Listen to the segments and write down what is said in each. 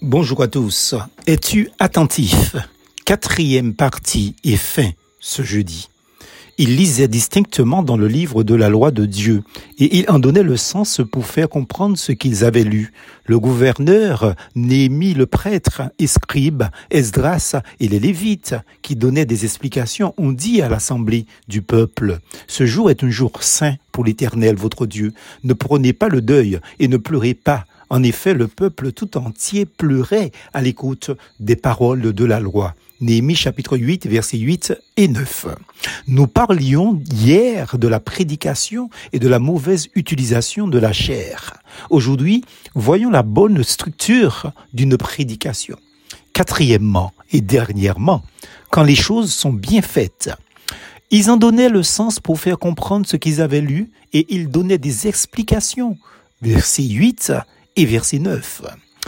Bonjour à tous. Es-tu attentif? Quatrième partie et fin ce jeudi. Il lisait distinctement dans le livre de la loi de Dieu et il en donnait le sens pour faire comprendre ce qu'ils avaient lu. Le gouverneur, Néhémie le prêtre, et scribe, Esdras et les Lévites qui donnaient des explications ont dit à l'assemblée du peuple: ce jour est un jour saint pour l'Éternel votre Dieu. Ne prenez pas le deuil et ne pleurez pas. En effet, le peuple tout entier pleurait à l'écoute des paroles de la loi. Néhémie chapitre 8, versets 8 et 9. Nous parlions hier de la prédication et de la mauvaise utilisation de la chair. Aujourd'hui, voyons la bonne structure d'une prédication. Quatrièmement et dernièrement, quand les choses sont bien faites, ils en donnaient le sens pour faire comprendre ce qu'ils avaient lu et ils donnaient des explications. Verset 8 et verset 9.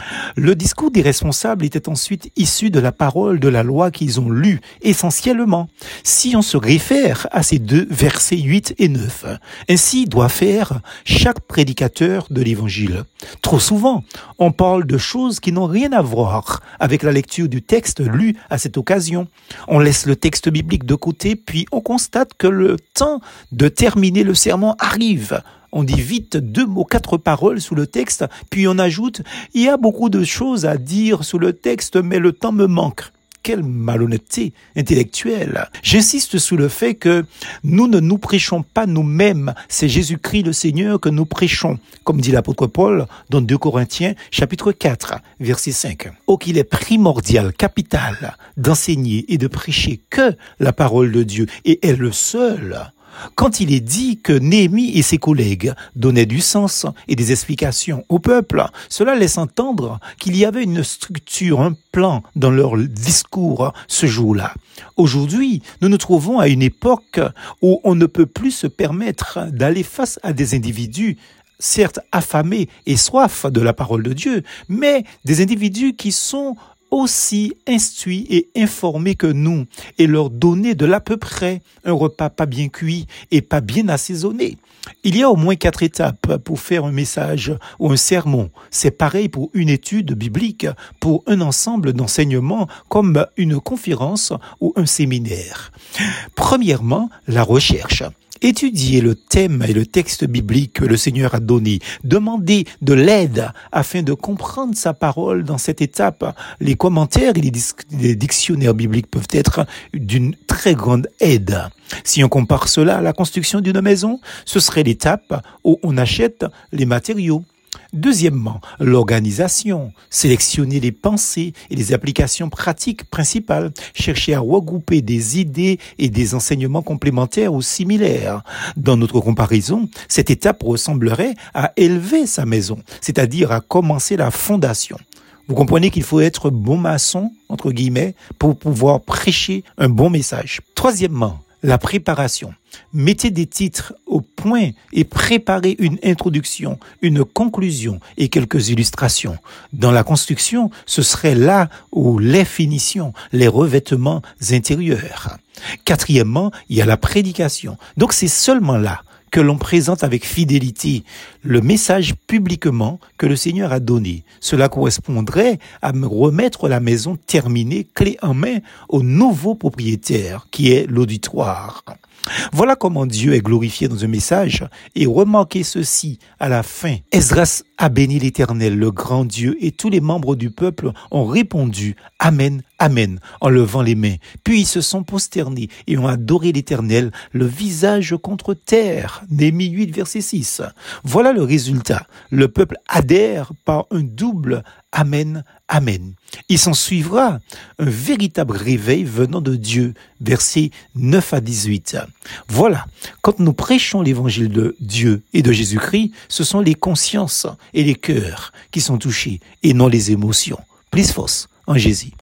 Le discours des responsables était ensuite issu de la parole de la loi qu'ils ont lue, essentiellement. Si on se réfère à ces deux versets 8 et 9, ainsi doit faire chaque prédicateur de l'évangile. Trop souvent, on parle de choses qui n'ont rien à voir avec la lecture du texte lu à cette occasion. On laisse le texte biblique de côté, puis on constate que le temps de terminer le sermon arrive. On dit vite 2 mots, 4 paroles sous le texte, puis on ajoute « il y a beaucoup de choses à dire sous le texte, mais le temps me manque ». Quelle malhonnêteté intellectuelle. J'insiste sur le fait que nous ne nous prêchons pas nous-mêmes, c'est Jésus-Christ le Seigneur que nous prêchons, comme dit l'apôtre Paul dans 2 Corinthiens chapitre 4, verset 5. Oh, qu'il est primordial, capital, d'enseigner et de prêcher que la parole de Dieu, et est le seul. Quand il est dit que Néhémie et ses collègues donnaient du sens et des explications au peuple, cela laisse entendre qu'il y avait une structure, un plan dans leur discours ce jour-là. Aujourd'hui, nous nous trouvons à une époque où on ne peut plus se permettre d'aller face à des individus certes affamés et soif de la parole de Dieu, mais des individus qui sont aussi instruits et informés que nous et leur donner de l'à peu près un repas pas bien cuit et pas bien assaisonné. Il y a au moins 4 étapes pour faire un message ou un sermon. C'est pareil pour une étude biblique, pour un ensemble d'enseignements comme une conférence ou un séminaire. Premièrement, la recherche. Étudier le thème et le texte biblique que le Seigneur a donné. Demander de l'aide afin de comprendre sa parole dans cette étape. Les commentaires et les dictionnaires bibliques peuvent être d'une très grande aide. Si on compare cela à la construction d'une maison, ce serait l'étape où on achète les matériaux. Deuxièmement, l'organisation, sélectionner les pensées et les applications pratiques principales, chercher à regrouper des idées et des enseignements complémentaires ou similaires. Dans notre comparaison, cette étape ressemblerait à élever sa maison, c'est-à-dire à commencer la fondation. Vous comprenez qu'il faut être bon maçon, entre guillemets, pour pouvoir prêcher un bon message. Troisièmement, la préparation. Mettez des titres au point et préparez une introduction, une conclusion et quelques illustrations. Dans la construction, ce serait là où les finitions, les revêtements intérieurs. Quatrièmement, il y a la prédication. Donc c'est seulement là que l'on présente avec fidélité le message publiquement que le Seigneur a donné. Cela correspondrait à me remettre la maison terminée, clé en main, au nouveau propriétaire, qui est l'auditoire. Voilà comment Dieu est glorifié dans un message, et remarquez ceci à la fin. Esdras a béni l'Éternel, le grand Dieu, et tous les membres du peuple ont répondu « Amen, Amen » en levant les mains. Puis ils se sont prosternés et ont adoré l'Éternel, le visage contre terre. Néhémie 8, verset 6. Voilà le résultat. Le peuple adhère par un double Amen, Amen. Il s'en suivra un véritable réveil venant de Dieu, versets 9 à 18. Voilà, quand nous prêchons l'évangile de Dieu et de Jésus-Christ, ce sont les consciences et les cœurs qui sont touchés et non les émotions. Plus force en Jésus.